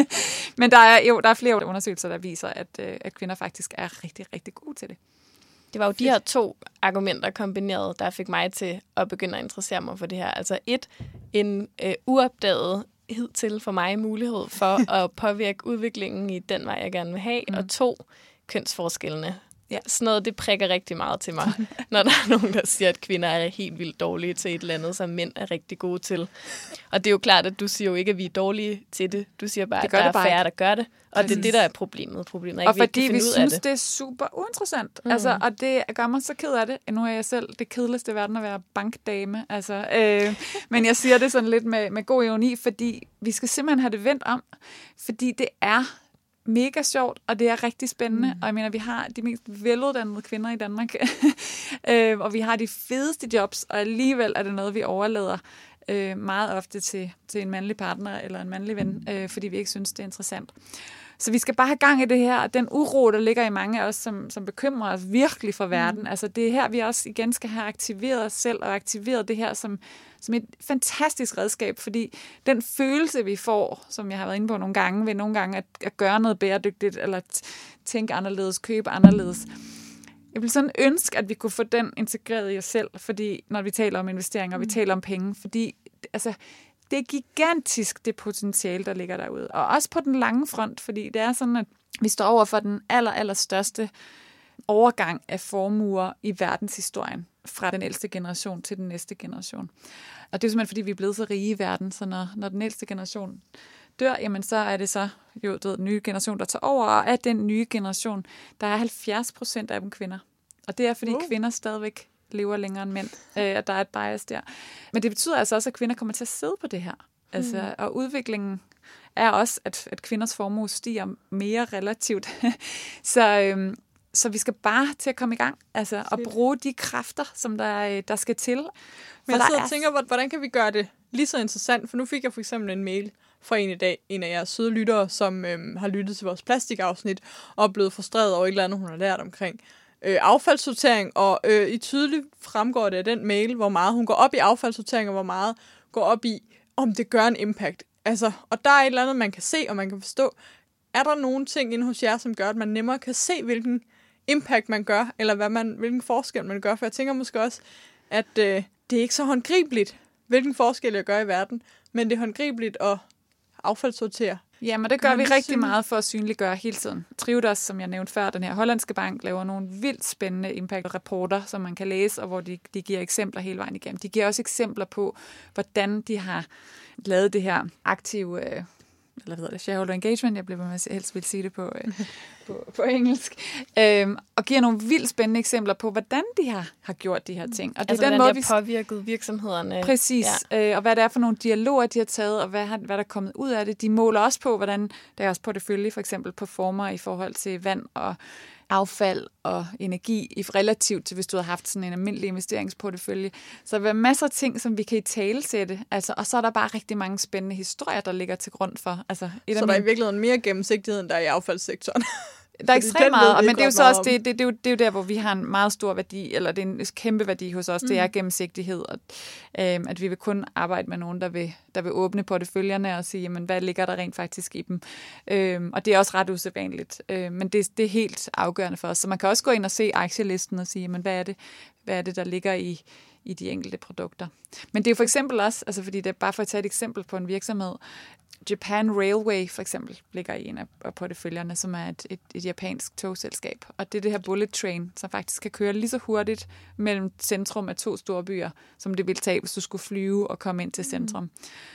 Men der er jo der er flere undersøgelser, der viser, at, øh, at kvinder faktisk er rigtig, rigtig gode til det. Det var jo de her to argumenter kombineret, der fik mig til at begynde at interessere mig for det her. Altså et, en øh, uopdaget hidtil for mig mulighed for at påvirke udviklingen i den vej, jeg gerne vil have. Mm. Og to, kønsforskellene. Ja. Sådan noget, det prikker rigtig meget til mig, når der er nogen, der siger, at kvinder er helt vildt dårlige til et eller andet, som mænd er rigtig gode til. Og det er jo klart, at du siger jo ikke, at vi er dårlige til det. Du siger bare, at der er færre, der gør det. Og det er det, der er problemet. problemet er ikke, og fordi vi, vi synes, det. det er super uinteressant. Mm. Altså, og det gør mig så ked af det. Nu er jeg selv det kedeligste i verden at være bankdame. Altså, øh, men jeg siger det sådan lidt med, med god ironi, fordi vi skal simpelthen have det vendt om. Fordi det er mega sjovt, og det er rigtig spændende. Mm. Og jeg mener, vi har de mest veluddannede kvinder i Danmark. øh, og vi har de fedeste jobs, og alligevel er det noget, vi overlader øh, meget ofte til, til en mandlig partner eller en mandlig ven, øh, fordi vi ikke synes, det er interessant. Så vi skal bare have gang i det her, og den uro, der ligger i mange af os, som, som bekymrer os virkelig for verden. Mm. Altså det er her, vi også igen skal have aktiveret os selv, og aktiveret det her som, som et fantastisk redskab, fordi den følelse, vi får, som jeg har været inde på nogle gange, ved nogle gange at, at gøre noget bæredygtigt, eller at tænke anderledes, købe anderledes. Jeg vil sådan ønske, at vi kunne få den integreret i os selv, fordi når vi taler om investeringer, og vi taler om penge, fordi altså, det er gigantisk, det potentiale, der ligger derude. Og også på den lange front, fordi det er sådan, at vi står over for den aller, aller største overgang af formuer i verdenshistorien fra den ældste generation til den næste generation. Og det er simpelthen, fordi vi er blevet så rige i verden, så når, når den ældste generation dør, jamen så er det så jo den nye generation, der tager over, og af den nye generation, der er halvfjerds procent af dem kvinder. Og det er, fordi uh. kvinder stadigvæk lever længere end mænd, øh, og der er et bias der. Men det betyder altså også, at kvinder kommer til at sidde på det her. Altså, mm. Og udviklingen er også, at, at kvinders formue stiger mere relativt. så, øhm, så vi skal bare til at komme i gang, altså, og bruge de kræfter, som der, der skal til. Men jeg sidder er... og tænker, hvordan kan vi gøre det lige så interessant? For nu fik jeg for eksempel en mail fra en i dag, en af jeres søde lyttere, som øhm, har lyttet til vores plastikafsnit, og er blevet frustreret over et eller andet, hun har lært omkring Øh, affaldssortering, og øh, i tydeligt fremgår det af den mail, hvor meget hun går op i affaldssortering, og hvor meget går op i, om det gør en impact. Altså, og der er et eller andet, man kan se, og man kan forstå. Er der nogle ting inde hos jer, som gør, at man nemmere kan se, hvilken impact man gør, eller hvad man, hvilken forskel man gør? For jeg tænker måske også, at øh, det er ikke så håndgribeligt, hvilken forskel jeg gør i verden, men det er håndgribeligt at affaldssortere. Jamen, det gør vi rigtig synlig? meget for at synliggøre hele tiden. Triodos, som jeg nævnte før, den her hollandske bank, laver nogle vildt spændende impact-rapporter, som man kan læse, og hvor de, de giver eksempler hele vejen igennem. De giver også eksempler på, hvordan de har lavet det her aktive, øh, eller hvad hedder det, shareholder engagement, jeg bliver med at helst vil sige det på, øh, på, på engelsk, øh, og giver nogle vildt spændende eksempler på, hvordan de har, har gjort de her ting. Og det altså, er den måde, måde, de har påvirket virksomhederne. Præcis, ja. øh, og hvad det er for nogle dialoger, de har taget, og hvad, har, hvad der er kommet ud af det. De måler også på, hvordan deres portefølje for eksempel performer i forhold til vand og affald og energi i relativt til, hvis du har haft sådan en almindelig investeringsportefølje. Så der er masser af ting, som vi kan i talesætte, altså, og så er der bare rigtig mange spændende historier, der ligger til grund for. Altså, et så af der mine... er i virkeligheden mere gennemsigtighed, end der er i affaldssektoren? Der er ekstremt meget, og, men det er jo så også det, det, det, er jo, det er jo der, hvor vi har en meget stor værdi, eller det er en kæmpe værdi hos os, mm. det er gennemsigtighed, og øhm, at vi vil kun arbejde med nogen, der vil, der vil åbne porteføljerne og sige, jamen, hvad ligger der rent faktisk i dem. Øhm, og det er også ret usædvanligt, øhm, men det, det er helt afgørende for os. Så man kan også gå ind og se aktielisten og sige, jamen, hvad er det, hvad er det der ligger i, i de enkelte produkter. Men det er jo for eksempel også, altså fordi det er bare for at tage et eksempel på en virksomhed, Japan Railway for eksempel ligger i en af porteføljerne, som er et, et, et japansk togselskab. Og det er det her bullet train, som faktisk kan køre lige så hurtigt mellem centrum af to store byer, som det ville tage, hvis du skulle flyve og komme ind til centrum. Mm.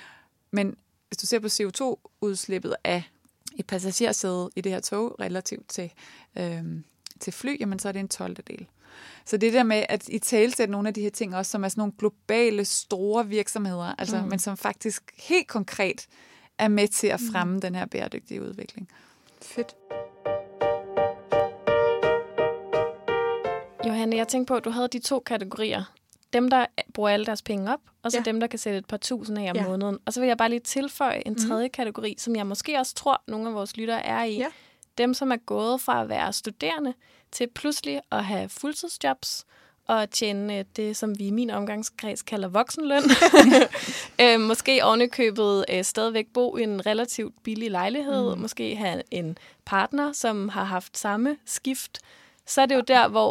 Men hvis du ser på C O to udslippet af et passagersæde i det her tog relativt til, øhm, til fly, jamen så er det en tolvte del. Så det der med at i talesætte nogle af de her ting også, som er sådan nogle globale, store virksomheder, altså, mm. men som faktisk helt konkret er med til at fremme mm. den her bæredygtige udvikling. Fedt. Johanne, jeg tænkte på, at du havde de to kategorier. Dem, der bruger alle deres penge op, og så ja. dem, der kan sætte et par tusind af om ja. måneden. Og så vil jeg bare lige tilføje en tredje mm. kategori, som jeg måske også tror, nogle af vores lyttere er i. Ja. Dem, som er gået fra at være studerende til pludselig at have fuldtidsjobs, og tjene det, som vi i min omgangskreds kalder voksenløn. øh, måske ovenikøbet øh, stadigvæk bo i en relativt billig lejlighed. Mm. Måske have en partner, som har haft samme skift. Så er det jo der, hvor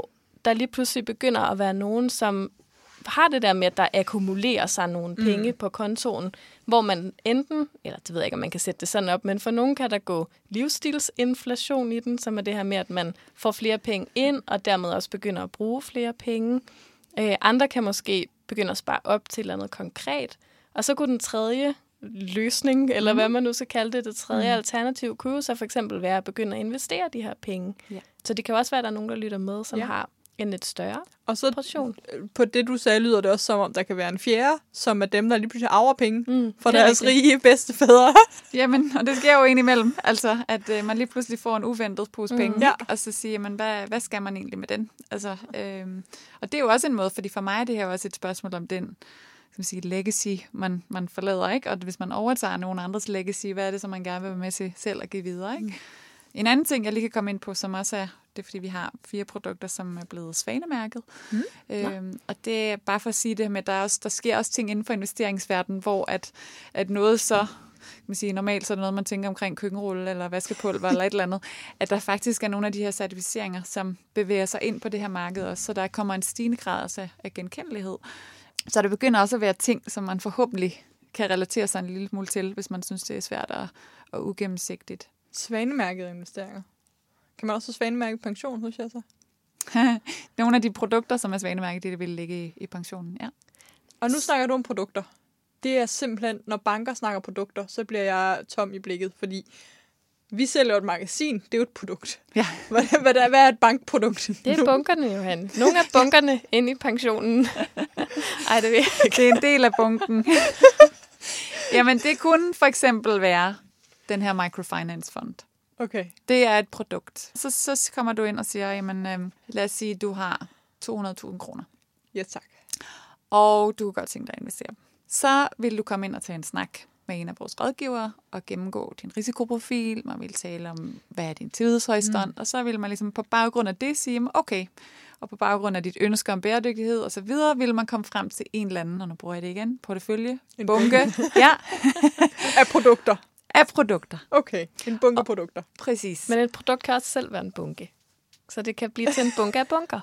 der lige pludselig begynder at være nogen, som har det der med, at der akkumulerer sig nogle penge mm. på kontoen, hvor man enten, eller det ved jeg ikke, om man kan sætte det sådan op, men for nogen kan der gå livsstilsinflation i den, som er det her med, at man får flere penge ind, og dermed også begynder at bruge flere penge. Øh, andre kan måske begynde at spare op til et eller andet konkret. Og så kunne den tredje løsning, eller mm. hvad man nu skal kalde det, det tredje mm. alternativ, kunne jo så for eksempel være at begynde at investere de her penge. Ja. Så det kan også være, at der er nogen, der lytter med, som ja. har en lidt større og så portion. På det, du sagde, lyder det også som om, der kan være en fjerde, som er dem, der lige pludselig arver penge mm, for deres rigtigt. rige bedstefædre. Jamen, og det sker jo ind imellem. Altså, at øh, man lige pludselig får en uventet pose mm. penge, ja. og så siger man, hvad, hvad skal man egentlig med den? Altså, øh, og det er jo også en måde, fordi for mig er det her også et spørgsmål om den skal man sige, legacy, man, man forlader, ikke? Og hvis man overtager nogen andres legacy, hvad er det, som man gerne vil være med til selv at give videre, ikke? Mm. En anden ting, jeg lige kan komme ind på, som også er, det er, fordi vi har fire produkter, som er blevet svanemærket. Mm. Øhm, og det er bare for at sige det med, at der, er også, der sker også ting inden for investeringsverdenen, hvor at, at noget så, kan man sige, normalt så er det noget, man tænker omkring køkkenrulle eller vaskepulver eller et eller andet, at der faktisk er nogle af de her certificeringer, som bevæger sig ind på det her marked også, så der kommer en stigende grad af, af genkendelighed. Så det begynder også at være ting, som man forhåbentlig kan relatere sig en lille smule til, hvis man synes, det er svært og, og ugennemsigtigt. Svanemærkede investeringer. Kan man også svanemærke pension, synes jeg så? Nogle af de produkter, som er svanemærket, det vil ligge i, i pensionen, ja. Og nu snakker du om produkter. Det er simpelthen, når banker snakker produkter, så bliver jeg tom i blikket, fordi vi sælger et magasin, det er jo et produkt. Ja. Hvad, hvad, hvad er et bankprodukt? Det er bunkerne, Johan. Nogle af bunkerne inde i pensionen. Ej, det ved jeg ikke. Det er en del af bunken. Jamen, det kunne for eksempel være den her microfinance fond. Okay. Det er et produkt. Så, så kommer du ind og siger, jamen, øh, lad os sige, du har to hundrede tusind kroner. Ja, tak. Og du kan godt tænke dig at investere. Så vil du komme ind og tage en snak med en af vores rådgivere og gennemgå din risikoprofil. Man vil tale om, hvad er din tidshorisont, mm. og så vil man ligesom på baggrund af det sige, okay, og på baggrund af dit ønske om bæredygtighed og så videre, vil man komme frem til en eller anden, og nu bruger jeg det igen, portefølje, en bunke, ja. af produkter. Af produkter. Okay, en bunke og, produkter. Præcis. Men et produkt kan også selv være en bunke. Så det kan blive til en bunke af bunker.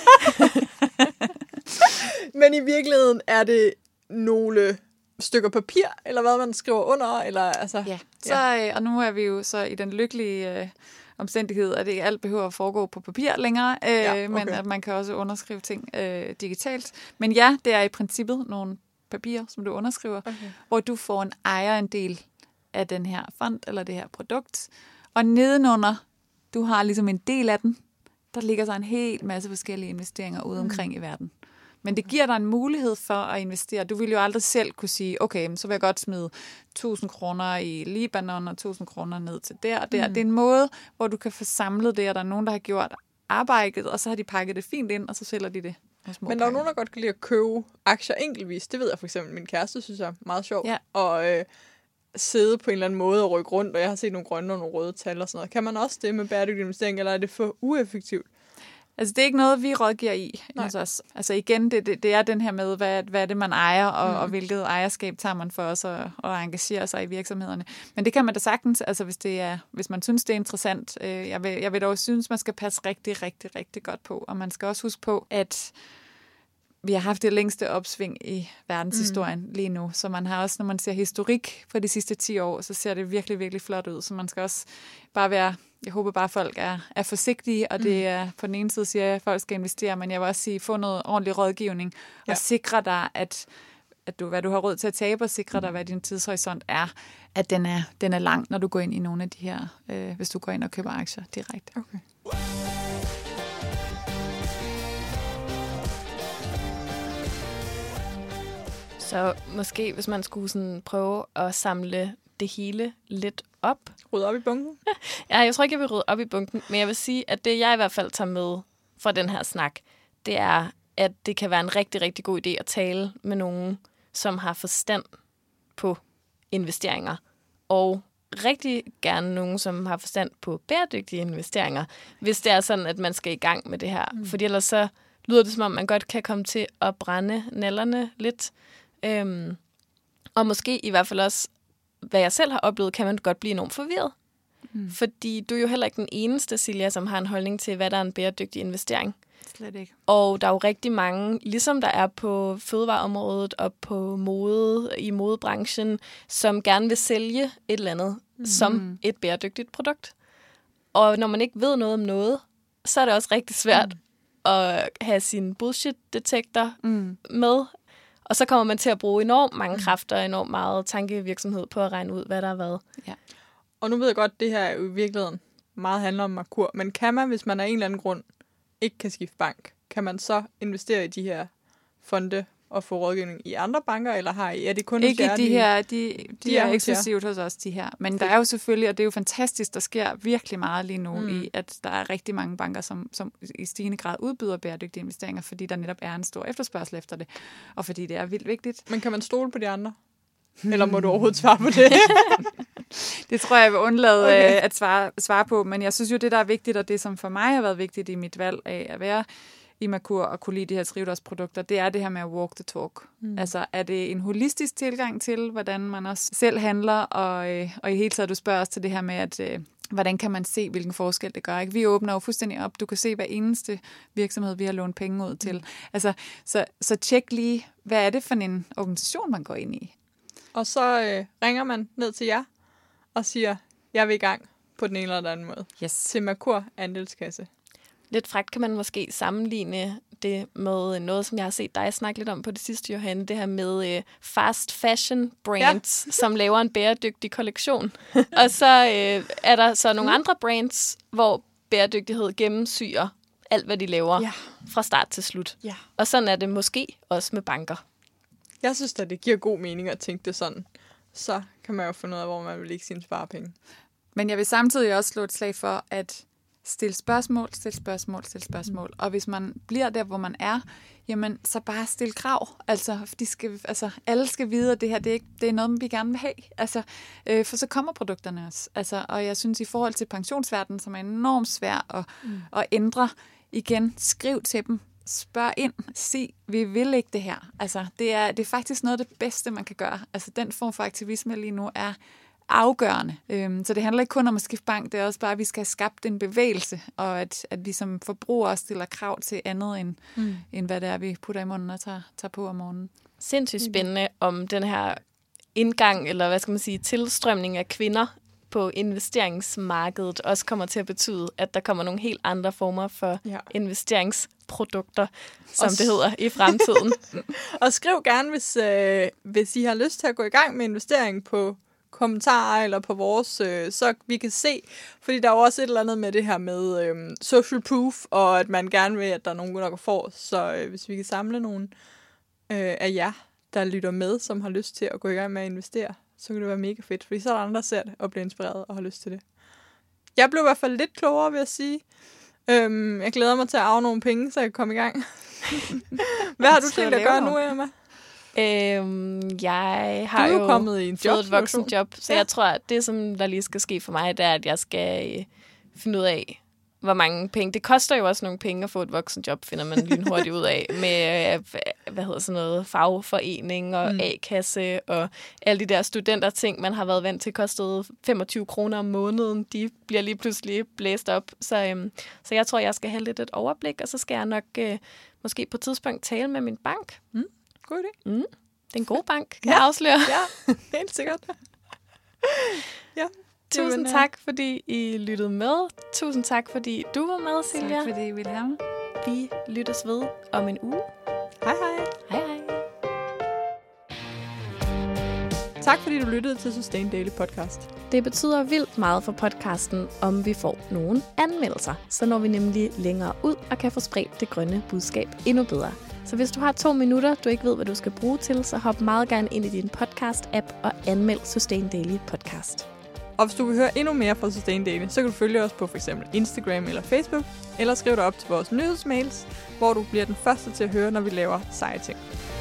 Men i virkeligheden er det nogle stykker papir, eller hvad man skriver under, eller altså... Ja, så, ja. Og nu er vi jo så i den lykkelige øh, omstændighed, at ikke alt behøver at foregå på papir længere, øh, ja, okay. men at man kan også underskrive ting øh, digitalt. Men ja, det er i princippet nogle papirer, som du underskriver, okay. hvor du får en ejerandel af den her fond, eller det her produkt. Og nedenunder, du har ligesom en del af den, der ligger så en hel masse forskellige investeringer ude omkring mm. i verden. Men det giver dig en mulighed for at investere. Du vil jo aldrig selv kunne sige, okay, så vil jeg godt smide tusind kroner i Libanon og tusind kroner ned til der og der. Mm. Det er en måde, hvor du kan få samlet det, og der er nogen, der har gjort arbejdet, og så har de pakket det fint ind, og så sælger de det. Men der er nogen, der godt kan lide at købe aktier enkeltvis. Det ved jeg for eksempel, min kæreste synes er meget sjovt. Ja. Og øh, sidde på en eller anden måde og rykke rundt, og jeg har set nogle grønne og nogle røde tal og sådan noget. Kan man også det med bæredygtig investering, eller er det for ueffektivt? Altså, det er ikke noget, vi rådgiver i hos os. Altså igen, det, det, det er den her med, hvad, hvad er det, man ejer, og, mm. og hvilket ejerskab tager man for os at, at engagere sig i virksomhederne. Men det kan man da sagtens, altså hvis, det er, hvis man synes, det er interessant. Øh, jeg, vil, jeg vil dog synes, man skal passe rigtig, rigtig, rigtig godt på. Og man skal også huske på, at vi har haft det længste opsving i verdenshistorien mm. lige nu. Så man har også, når man ser historik for de sidste ti år, så ser det virkelig, virkelig flot ud. Så man skal også bare være... Jeg håber bare, at folk er, er forsigtige, og det er på den ene side siger jeg, at folk skal investere, men jeg vil også sige, få noget ordentlig rådgivning, ja. Og sikre dig, at, at du, hvad du har råd til at tabe, og sikre dig, hvad din tidshorisont er, at den er, den er lang, når du går ind i nogle af de her, øh, hvis du går ind og køber aktier direkte. Okay. Så måske, hvis man skulle sådan prøve at samle det hele lidt op. Rydde op i bunken? Ja, jeg tror ikke, jeg vil rydde op i bunken, men jeg vil sige, at det, jeg i hvert fald tager med fra den her snak, det er, at det kan være en rigtig, rigtig god idé at tale med nogen, som har forstand på investeringer, og rigtig gerne nogen, som har forstand på bæredygtige investeringer, hvis det er sådan, at man skal i gang med det her. Mm. Fordi ellers så lyder det, som om man godt kan komme til at brænde nallerne lidt. Øhm, og måske i hvert fald også, hvad jeg selv har oplevet, kan man godt blive enormt forvirret. Mm. Fordi du er jo heller ikke den eneste, Silja, som har en holdning til, hvad der er en bæredygtig investering. Slet ikke. Og der er jo rigtig mange, ligesom der er på fødevareområdet og på mode, i modebranchen, som gerne vil sælge et eller andet mm. som et bæredygtigt produkt. Og når man ikke ved noget om noget, så er det også rigtig svært mm. at have sin bullshit-detektor mm. med. Og så kommer man til at bruge enormt mange mm. kræfter og enormt meget tankevirksomhed på at regne ud, hvad der er hvad. Ja. Og nu ved jeg godt, at det her jo i virkeligheden meget handler om Merkur. Men kan man, hvis man af en eller anden grund ikke kan skifte bank, kan man så investere i de her fonde og få rådgivning i andre banker, eller har I? Er det kun ikke de her, de, de, de er, er eksklusivt hos os, de her. Men der er jo selvfølgelig, og det er jo fantastisk, der sker virkelig meget lige nu, mm. i at der er rigtig mange banker, som, som i stigende grad udbyder bæredygtige investeringer, fordi der netop er en stor efterspørgsel efter det, og fordi det er vildt vigtigt. Men kan man stole på de andre? Eller må du overhovedet svare på det? Det tror jeg, jeg vil undlade okay. at svare, svare på, men jeg synes jo, det der er vigtigt, og det som for mig har været vigtigt i mit valg af at være i Merkur og kunne lide de her Trivdos-produkter, det er det her med at walk the talk. Mm. Altså, er det en holistisk tilgang til, hvordan man også selv handler, og, øh, og i hele taget, du spørger os til det her med, at øh, hvordan kan man se, hvilken forskel det gør. Ikke? Vi åbner jo fuldstændig op. Du kan se hver eneste virksomhed, vi har lånt penge ud til. Mm. Altså, så, så tjek lige, hvad er det for en organisation, man går ind i. Og så øh, ringer man ned til jer og siger, jeg vil i gang på den ene eller den anden måde. Yes. Til Merkur Andelskasse. Lidt frækt kan man måske sammenligne det med noget, som jeg har set dig snakke lidt om på det sidste, Johanne. Det her med øh, fast fashion brands, ja. som laver en bæredygtig kollektion. Og så øh, er der så nogle andre brands, hvor bæredygtighed gennemsyrer alt, hvad de laver ja. fra start til slut. Ja. Og sådan er det måske også med banker. Jeg synes da, det giver god mening at tænke det sådan. Så kan man jo finde ud af, hvor man vil lægge sine sparepenge. Men jeg vil samtidig også slå et slag for, at stille spørgsmål, stille spørgsmål, stille spørgsmål. Og hvis man bliver der, hvor man er, jamen, så bare stille krav. Altså, de skal, altså alle skal vide, at det her det er, ikke, det er noget, vi gerne vil have. Altså, øh, for så kommer produkterne også. Altså, og jeg synes, i forhold til pensionsverdenen, som er enormt svær at, mm. at ændre, igen, skriv til dem. Spørg ind, sig, vi vil ikke det her. Altså, det er, det er faktisk noget af det bedste, man kan gøre. Altså, den form for aktivisme lige nu er afgørende. Øhm, så det handler ikke kun om at skifte bank, det er også bare, at vi skal have skabt en bevægelse, og at, at vi som forbrugere stiller krav til andet, end, mm. end hvad det er, vi putter i munden og tager, tager på om morgenen. Sindssygt spændende om den her indgang, eller hvad skal man sige, tilstrømning af kvinder på investeringsmarkedet også kommer til at betyde, at der kommer nogle helt andre former for ja. investeringsprodukter, som og det hedder, i fremtiden. Og skriv gerne, hvis, øh, hvis I har lyst til at gå i gang med investering på kommentarer eller på vores, øh, så vi kan se, fordi der er jo også et eller andet med det her med øh, social proof, og at man gerne vil, at der er nogen, der går for. Så øh, hvis vi kan samle nogle øh, af jer, der lytter med, som har lyst til at gå i gang med at investere, så kan det være mega fedt, fordi så er der andre, der ser det og bliver inspireret og har lyst til det. Jeg blev i hvert fald lidt klogere, vil jeg sige. Øhm, jeg glæder mig til at arve nogle penge, så jeg kan komme i gang. Hvad har du tænkt at gøre nu, Emma? Øhm, jeg har jo, jo kommet i en fået et voksenjob, så ja. jeg tror, at det, som der lige skal ske for mig, det er, at jeg skal øh, finde ud af, hvor mange penge. Det koster jo også nogle penge at få et voksenjob, finder man lynhurtigt ud af, med øh, hvad hedder sådan noget, fagforening og mm. A-kasse og alle de der studenterting, man har været vant til, kostede femogtyve kroner om måneden. De bliver lige pludselig blæst op. Så, øhm, så jeg tror, jeg skal have lidt et overblik, og så skal jeg nok øh, måske på et tidspunkt tale med min bank. Mm. God idé. Mm. Det er en god bank, kan ja. jeg afsløre. Ja, helt sikkert. ja. Tusind Jamen, tak, fordi I lyttede med. Tusind tak, fordi du var med, Silja. Tak, fordi I ville have mig. Vi lyttes ved om en uge. Hej hej. Hej hej. Tak, fordi du lyttede til Sustain Daily Podcast. Det betyder vildt meget for podcasten, om vi får nogle anmeldelser. Så når vi nemlig længere ud og kan få spredt det grønne budskab endnu bedre. Så hvis du har to minutter, du ikke ved, hvad du skal bruge til, så hop meget gerne ind i din podcast-app og anmeld Sustain Daily Podcast. Og hvis du vil høre endnu mere fra Sustain Daily, så kan du følge os på f.eks. Instagram eller Facebook, eller skriv dig op til vores nyhedsmails, hvor du bliver den første til at høre, når vi laver seje ting.